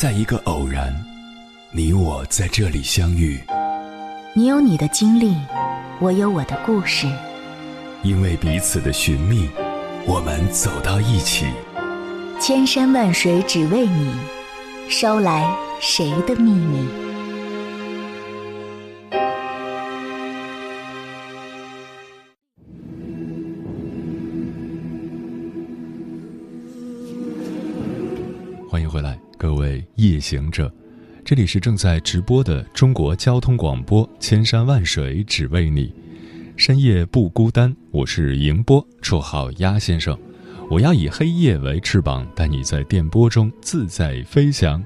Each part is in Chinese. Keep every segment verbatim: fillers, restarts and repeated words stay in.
在一个偶然，你我在这里相遇。 你有你的经历，我有我的故事。 因为彼此的寻觅，我们走到一起。 千山万水只为你，捎来谁的秘密？ 欢迎回来，各位夜行者，这里是正在直播的中国交通广播，千山万水只为你，深夜不孤单。我是迎波，绰号鸭先生。我要以黑夜为翅膀，带你在电波中自在飞翔。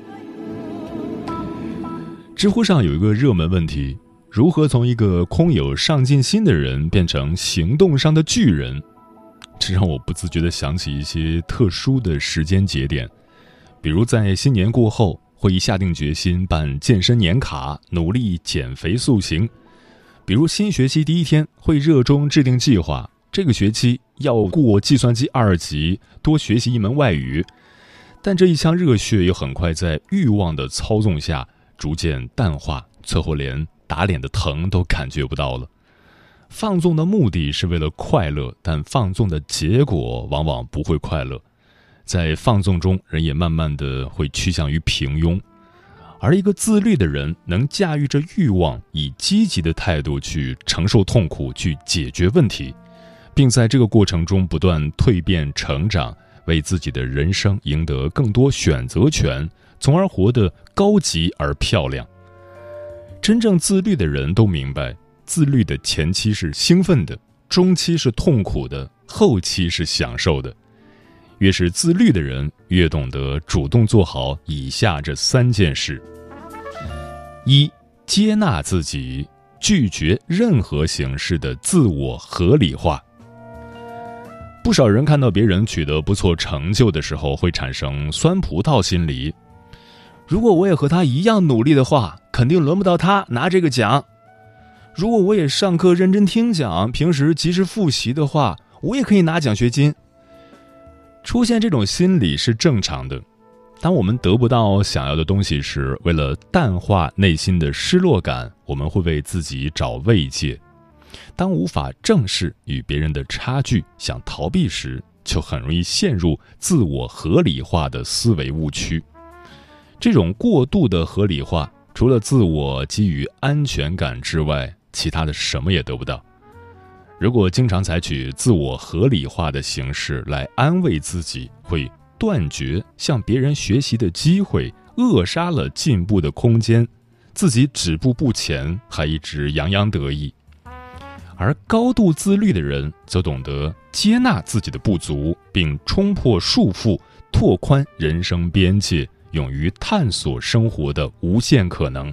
知乎上有一个热门问题：如何从一个空有上进心的人变成行动上的巨人？这让我不自觉地想起一些特殊的时间节点，比如在新年过后，会议下定决心办健身年卡，努力减肥塑形；比如新学期第一天，会热衷制定计划，这个学期要过计算机二级，多学习一门外语。但这一腔热血又很快在欲望的操纵下逐渐淡化，最后连打脸的疼都感觉不到了。放纵的目的是为了快乐，但放纵的结果往往不会快乐。在放纵中，人也慢慢的会趋向于平庸。而一个自律的人能驾驭着欲望，以积极的态度去承受痛苦，去解决问题，并在这个过程中不断蜕变成长，为自己的人生赢得更多选择权，从而活得高级而漂亮。真正自律的人都明白，自律的前期是兴奋的，中期是痛苦的，后期是享受的。越是自律的人，越懂得主动做好以下这三件事：一、接纳自己，拒绝任何形式的自我合理化。不少人看到别人取得不错成就的时候，会产生酸葡萄心理。如果我也和他一样努力的话，肯定轮不到他拿这个奖。如果我也上课认真听讲，平时及时复习的话，我也可以拿奖学金。出现这种心理是正常的。当我们得不到想要的东西时，为了淡化内心的失落感，我们会为自己找慰藉。当无法正视与别人的差距，想逃避时，就很容易陷入自我合理化的思维误区。这种过度的合理化，除了自我给予安全感之外，其他的什么也得不到。如果经常采取自我合理化的形式来安慰自己，会断绝向别人学习的机会，扼杀了进步的空间，自己止步不前，还一直洋洋得意。而高度自律的人则懂得接纳自己的不足，并冲破束缚，拓宽人生边界，勇于探索生活的无限可能。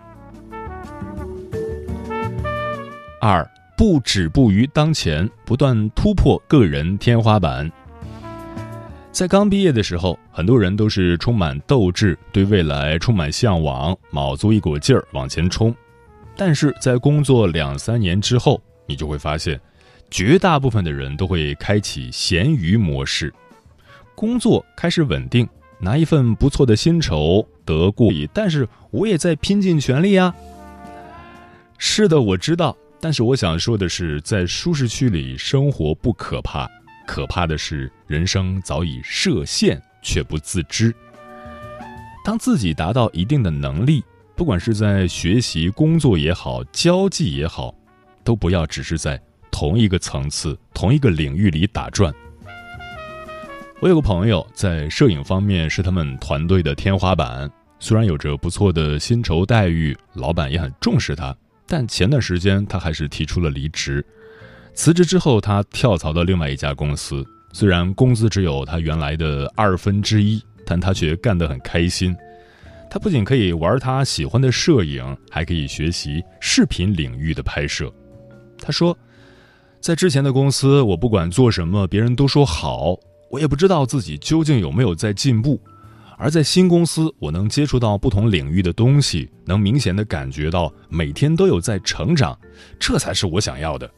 二、不止步于当前，不断突破个人天花板。在刚毕业的时候，很多人都是充满斗志，对未来充满向往，卯足一股劲儿往前冲。但是在工作两三年之后，你就会发现，绝大部分的人都会开启咸鱼模式。工作开始稳定，拿一份不错的薪酬，得过瘾，但是我也在拼尽全力啊。是的，我知道。但是我想说的是，在舒适区里生活不可怕，可怕的是人生早已设限却不自知。当自己达到一定的能力，不管是在学习、工作也好，交际也好，都不要只是在同一个层次、同一个领域里打转。我有个朋友在摄影方面是他们团队的天花板，虽然有着不错的薪酬待遇，老板也很重视他，但前段时间他还是提出了离职。辞职之后，他跳槽到另外一家公司，虽然工资只有他原来的二分之一，但他却干得很开心。他不仅可以玩他喜欢的摄影，还可以学习视频领域的拍摄。他说，在之前的公司，我不管做什么，别人都说好，我也不知道自己究竟有没有在进步。而在新公司，我能接触到不同领域的东西，能明显地感觉到每天都有在成长，这才是我想要的。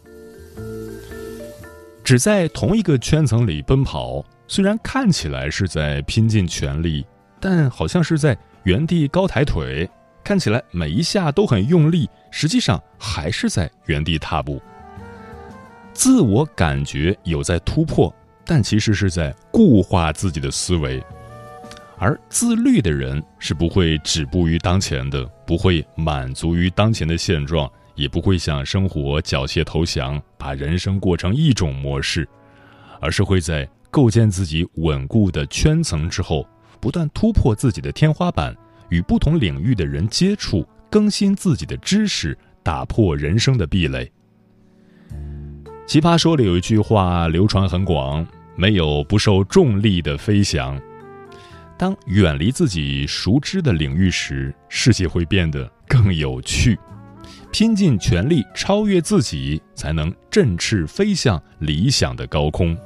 只在同一个圈层里奔跑，虽然看起来是在拼尽全力，但好像是在原地高抬腿，看起来每一下都很用力，实际上还是在原地踏步。自我感觉有在突破，但其实是在固化自己的思维。而自律的人是不会止步于当前的，不会满足于当前的现状，也不会向生活缴械投降，把人生过成一种模式，而是会在构建自己稳固的圈层之后，不断突破自己的天花板，与不同领域的人接触，更新自己的知识，打破人生的壁垒。奇葩说里有一句话流传很广，没有不受重力的飞翔。当远离自己熟知的领域时，世界会变得更有趣。拼尽全力超越自己，才能振翅飞向理想的高空。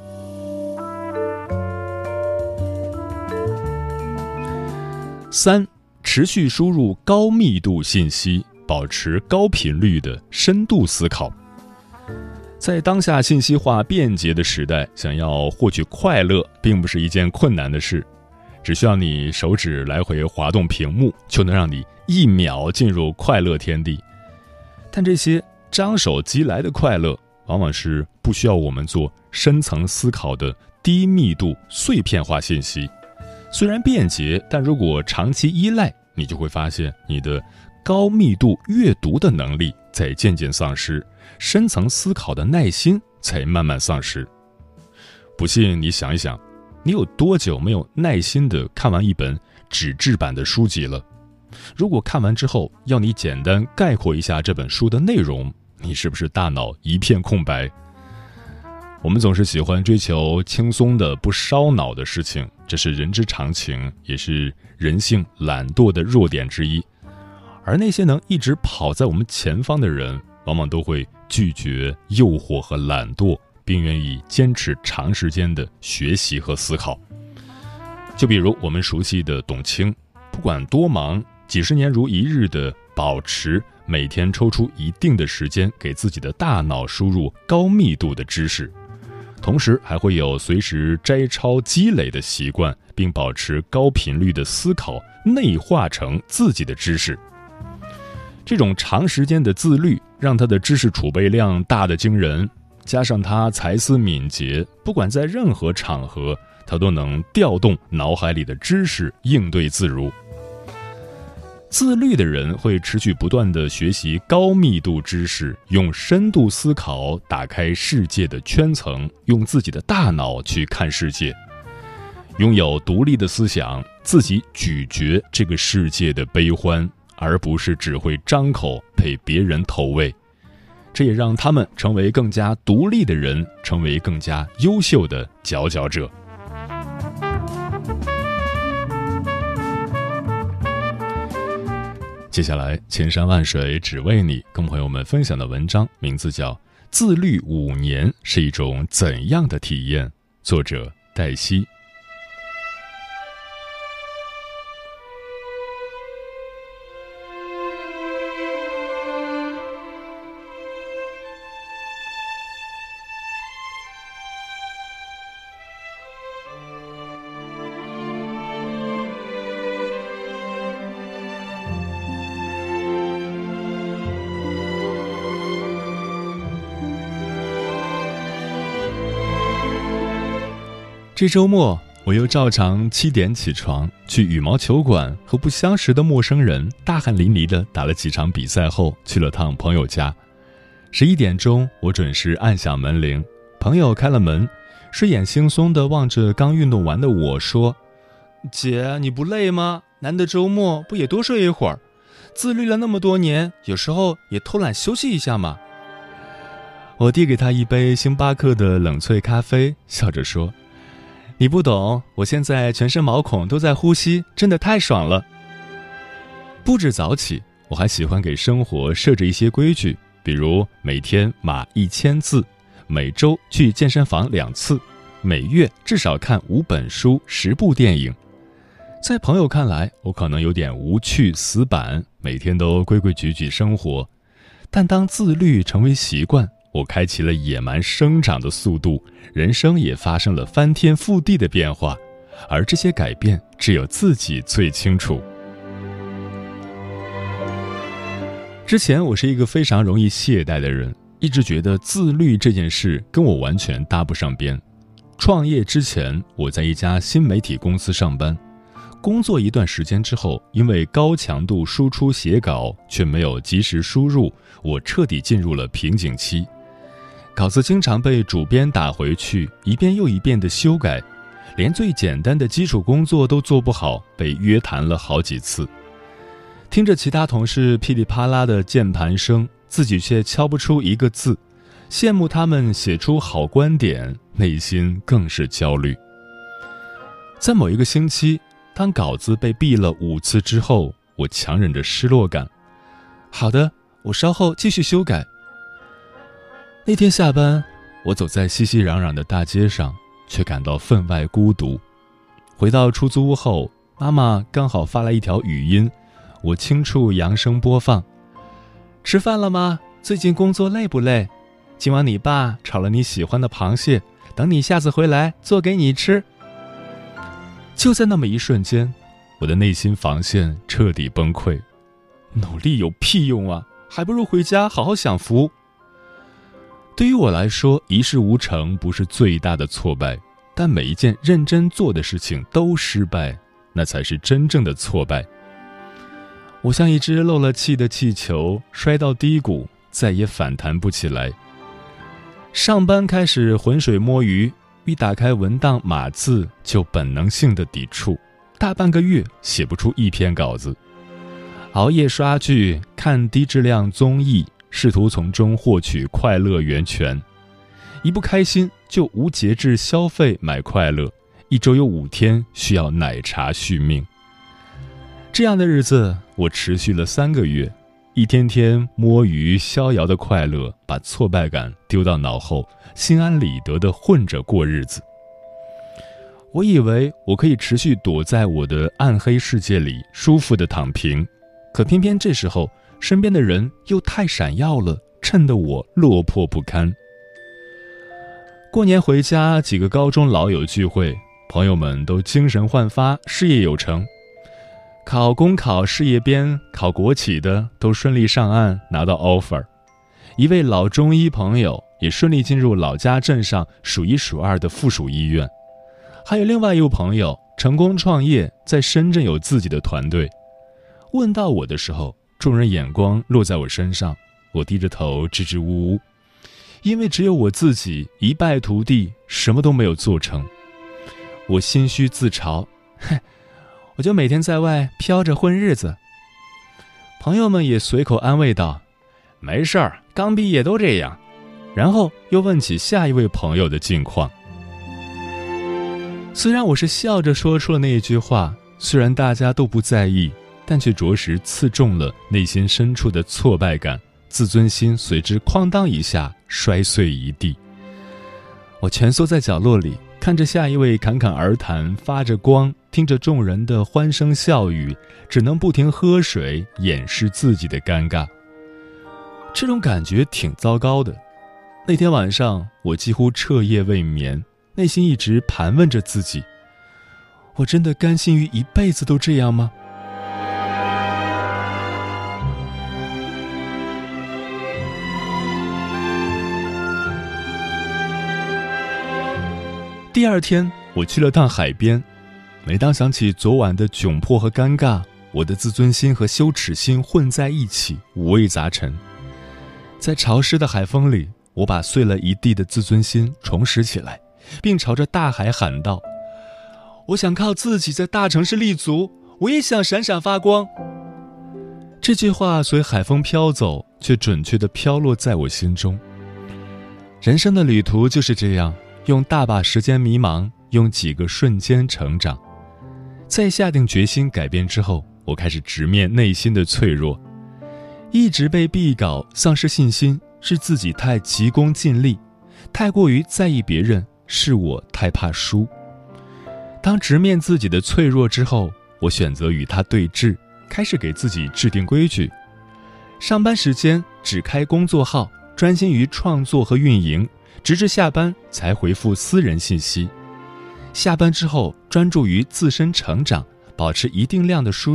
三、持续输入高密度信息，保持高频率的深度思考。在当下信息化便捷的时代，想要获取快乐并不是一件困难的事，只需要你手指来回滑动屏幕，就能让你一秒进入快乐天地。但这些张手即来的快乐，往往是不需要我们做深层思考的低密度碎片化信息。虽然便捷，但如果长期依赖，你就会发现你的高密度阅读的能力在渐渐丧失，深层思考的耐心才慢慢丧失。不信你想一想，你有多久没有耐心地看完一本纸质版的书籍了？如果看完之后要你简单概括一下这本书的内容，你是不是大脑一片空白？我们总是喜欢追求轻松的不烧脑的事情，这是人之常情，也是人性懒惰的弱点之一。而那些能一直跑在我们前方的人，往往都会拒绝诱惑和懒惰，并愿意坚持长时间的学习和思考。就比如我们熟悉的董卿，不管多忙，几十年如一日的保持每天抽出一定的时间给自己的大脑输入高密度的知识，同时还会有随时摘抄积累的习惯，并保持高频率的思考，内化成自己的知识。这种长时间的自律让他的知识储备量大得惊人，加上他才思敏捷，不管在任何场合，他都能调动脑海里的知识，应对自如。自律的人会持续不断地学习高密度知识，用深度思考打开世界的圈层，用自己的大脑去看世界，拥有独立的思想，自己咀嚼这个世界的悲欢，而不是只会张口陪别人投喂。这也让他们成为更加独立的人，成为更加优秀的佼佼者。接下来，千山万水只为你，跟朋友们分享的文章名字叫《自律五年是一种怎样的体验》，作者黛西。这周末我又照常七点起床，去羽毛球馆和不相识的陌生人大汗淋漓地打了几场比赛后，去了趟朋友家。十一点钟，我准时按响门铃，朋友开了门，睡眼惺忪地望着刚运动完的我说：“姐，你不累吗？难得周末不也多睡一会儿？自律了那么多年，有时候也偷懒休息一下嘛。”我递给他一杯星巴克的冷萃咖啡，笑着说：“你不懂，我现在全身毛孔都在呼吸，真的太爽了。”不止早起，我还喜欢给生活设置一些规矩，比如每天码一千字，每周去健身房两次，每月至少看五本书、十部电影。在朋友看来，我可能有点无趣死板，每天都规规矩矩生活。但当自律成为习惯，我开启了野蛮生长的速度，人生也发生了翻天覆地的变化，而这些改变只有自己最清楚。 之前我是一个非常容易懈怠的人，一直觉得自律这件事跟我完全搭不上边。创业之前，我在一家新媒体公司上班，工作一段时间之后，因为高强度输出写稿却没有及时输入，我彻底进入了瓶颈期。稿子经常被主编打回去，一遍又一遍的修改，连最简单的基础工作都做不好，被约谈了好几次。听着其他同事噼里啪啦的键盘声，自己却敲不出一个字，羡慕他们写出好观点，内心更是焦虑。在某一个星期，当稿子被毙了五次之后，我强忍着失落感，好的，我稍后继续修改。那天下班，我走在熙熙攘攘的大街上，却感到分外孤独。回到出租屋后，妈妈刚好发来一条语音，我轻触扬声播放。吃饭了吗？最近工作累不累？今晚你爸炒了你喜欢的螃蟹，等你下次回来做给你吃。就在那么一瞬间，我的内心防线彻底崩溃。努力有屁用啊，还不如回家好好享福。对于我来说，一事无成不是最大的挫败，但每一件认真做的事情都失败，那才是真正的挫败。我像一只漏了气的气球，摔到低谷，再也反弹不起来。上班开始浑水摸鱼，一打开文档码字就本能性的抵触，大半个月写不出一篇稿子。熬夜刷剧，看低质量综艺，试图从中获取快乐源泉。一不开心就无节制消费买快乐，一周有五天需要奶茶续命。这样的日子我持续了三个月，一天天摸鱼逍遥的快乐，把挫败感丢到脑后，心安理得地混着过日子。我以为我可以持续躲在我的暗黑世界里舒服地躺平，可偏偏这时候身边的人又太闪耀了，衬得我落魄不堪。过年回家，几个高中老友聚会，朋友们都精神焕发，事业有成。考公考事业编考国企的都顺利上岸拿到 offer， 一位老中医朋友也顺利进入老家镇上数一数二的附属医院，还有另外一位朋友成功创业，在深圳有自己的团队。问到我的时候，众人眼光落在我身上，我低着头支支吾吾，因为只有我自己一败涂地，什么都没有做成。我心虚自嘲，嘿，我就每天在外飘着混日子。朋友们也随口安慰道，没事儿，刚毕业都这样。然后又问起下一位朋友的近况。虽然我是笑着说出了那一句话，虽然大家都不在意，但却着实刺中了内心深处的挫败感，自尊心随之哐当一下摔碎一地。我蜷缩在角落里，看着下一位侃侃而谈，发着光，听着众人的欢声笑语，只能不停喝水掩饰自己的尴尬。这种感觉挺糟糕的。那天晚上我几乎彻夜未眠，内心一直盘问着自己，我真的甘心于一辈子都这样吗？第二天我去了趟海边，每当想起昨晚的窘迫和尴尬，我的自尊心和羞耻心混在一起，五味杂陈。在潮湿的海风里，我把碎了一地的自尊心重拾起来，并朝着大海喊道，我想靠自己在大城市立足，我也想闪闪发光。这句话随海风飘走，却准确地飘落在我心中。人生的旅途就是这样，用大把时间迷茫，用几个瞬间成长。在下定决心改变之后，我开始直面内心的脆弱。一直被毙稿丧失信心，是自己太急功近利，太过于在意别人，是我太怕输。当直面自己的脆弱之后，我选择与他对峙，开始给自己制定规矩。上班时间只开工作号，专心于创作和运营，直至下班才回复私人信息。下班之后专注于自身成长，保持一定量的输入，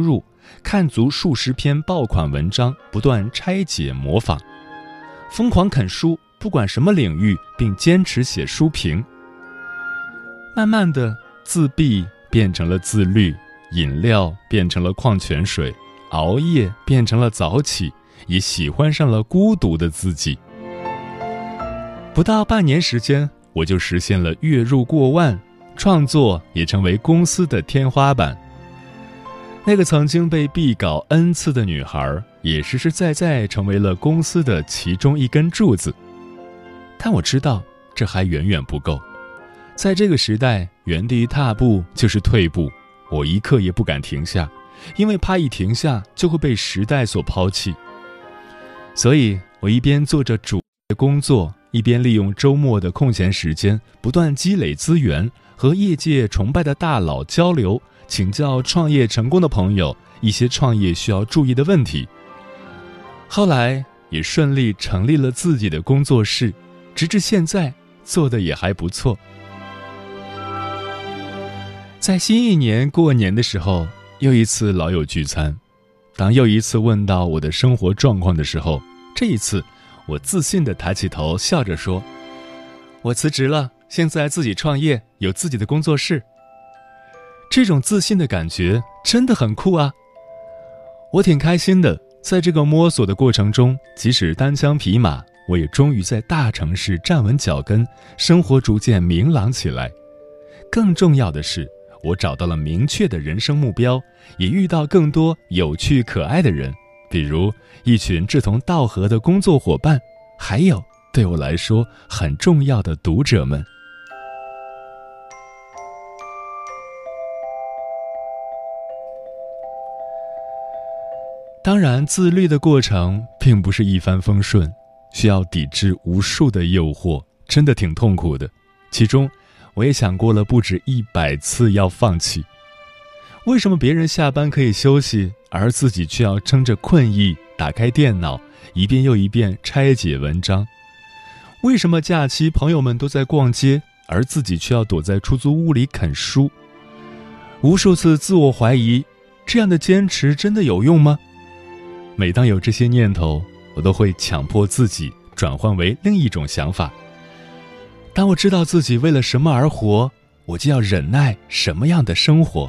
看足数十篇爆款文章，不断拆解模仿，疯狂啃书，不管什么领域，并坚持写书评。慢慢的，自闭变成了自律，饮料变成了矿泉水，熬夜变成了早起，也喜欢上了孤独的自己。不到半年时间，我就实现了月入过万，创作也成为公司的天花板。那个曾经被逼稿 N 次的女孩，也实实在在成为了公司的其中一根柱子。但我知道，这还远远不够。在这个时代，原地踏步就是退步，我一刻也不敢停下，因为怕一停下就会被时代所抛弃。所以我一边做着主业工作，一边利用周末的空闲时间，不断积累资源，和业界崇拜的大佬交流，请教创业成功的朋友一些创业需要注意的问题。后来也顺利成立了自己的工作室，直至现在做的也还不错。在新一年过年的时候，又一次老友聚餐，当又一次问到我的生活状况的时候，这一次我自信地抬起头，笑着说：我辞职了，现在自己创业，有自己的工作室。这种自信的感觉真的很酷啊！我挺开心的，在这个摸索的过程中，即使单枪匹马，我也终于在大城市站稳脚跟，生活逐渐明朗起来。更重要的是，我找到了明确的人生目标，也遇到更多有趣可爱的人，比如一群志同道合的工作伙伴，还有对我来说很重要的读者们。当然，自律的过程并不是一帆风顺，需要抵制无数的诱惑，真的挺痛苦的。其中我也想过了不止一百次要放弃。为什么别人下班可以休息，而自己却要撑着困意打开电脑，一遍又一遍拆解文章？为什么假期朋友们都在逛街，而自己却要躲在出租屋里啃书？无数次自我怀疑，这样的坚持真的有用吗？每当有这些念头，我都会强迫自己转换为另一种想法。当我知道自己为了什么而活，我就要忍耐什么样的生活。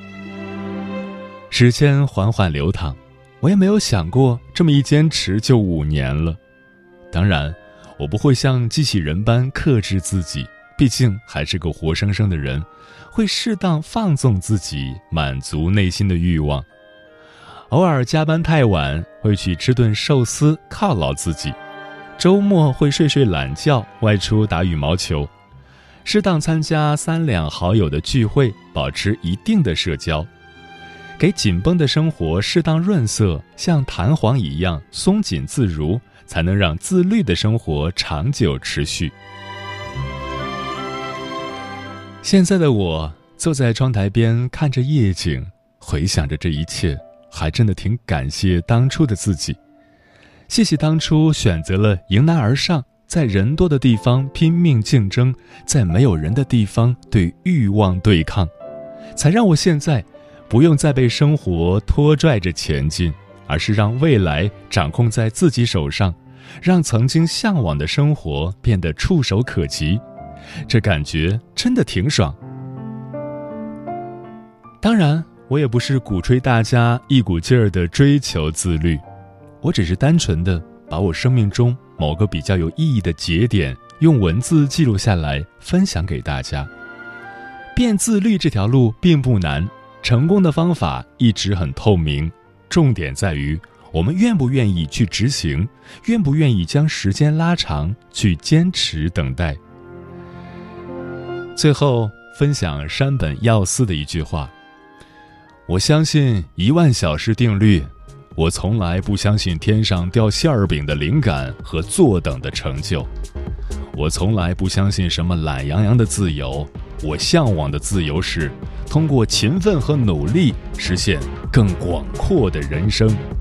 时间缓缓流淌，我也没有想过这么一坚持就五年了。当然，我不会像机器人般克制自己，毕竟还是个活生生的人，会适当放纵自己，满足内心的欲望。偶尔加班太晚，会去吃顿寿司犒劳自己。周末会睡睡懒觉，外出打羽毛球，适当参加三两好友的聚会，保持一定的社交，给紧绷的生活适当润色，像弹簧一样松紧自如，才能让自律的生活长久持续。现在的我坐在窗台边看着夜景，回想着这一切，还真的挺感谢当初的自己。谢谢当初选择了迎难而上，在人多的地方拼命竞争，在没有人的地方对欲望对抗，才让我现在不用再被生活拖拽着前进，而是让未来掌控在自己手上，让曾经向往的生活变得触手可及。这感觉真的挺爽。当然，我也不是鼓吹大家一股劲儿地追求自律，我只是单纯的把我生命中某个比较有意义的节点用文字记录下来，分享给大家。变自律这条路并不难，成功的方法一直很透明，重点在于我们愿不愿意去执行，愿不愿意将时间拉长，去坚持等待。最后分享山本耀司的一句话：我相信一万小时定律，我从来不相信天上掉馅儿饼的灵感和坐等的成就，我从来不相信什么懒洋洋的自由，我向往的自由是通过勤奋和努力实现更广阔的人生。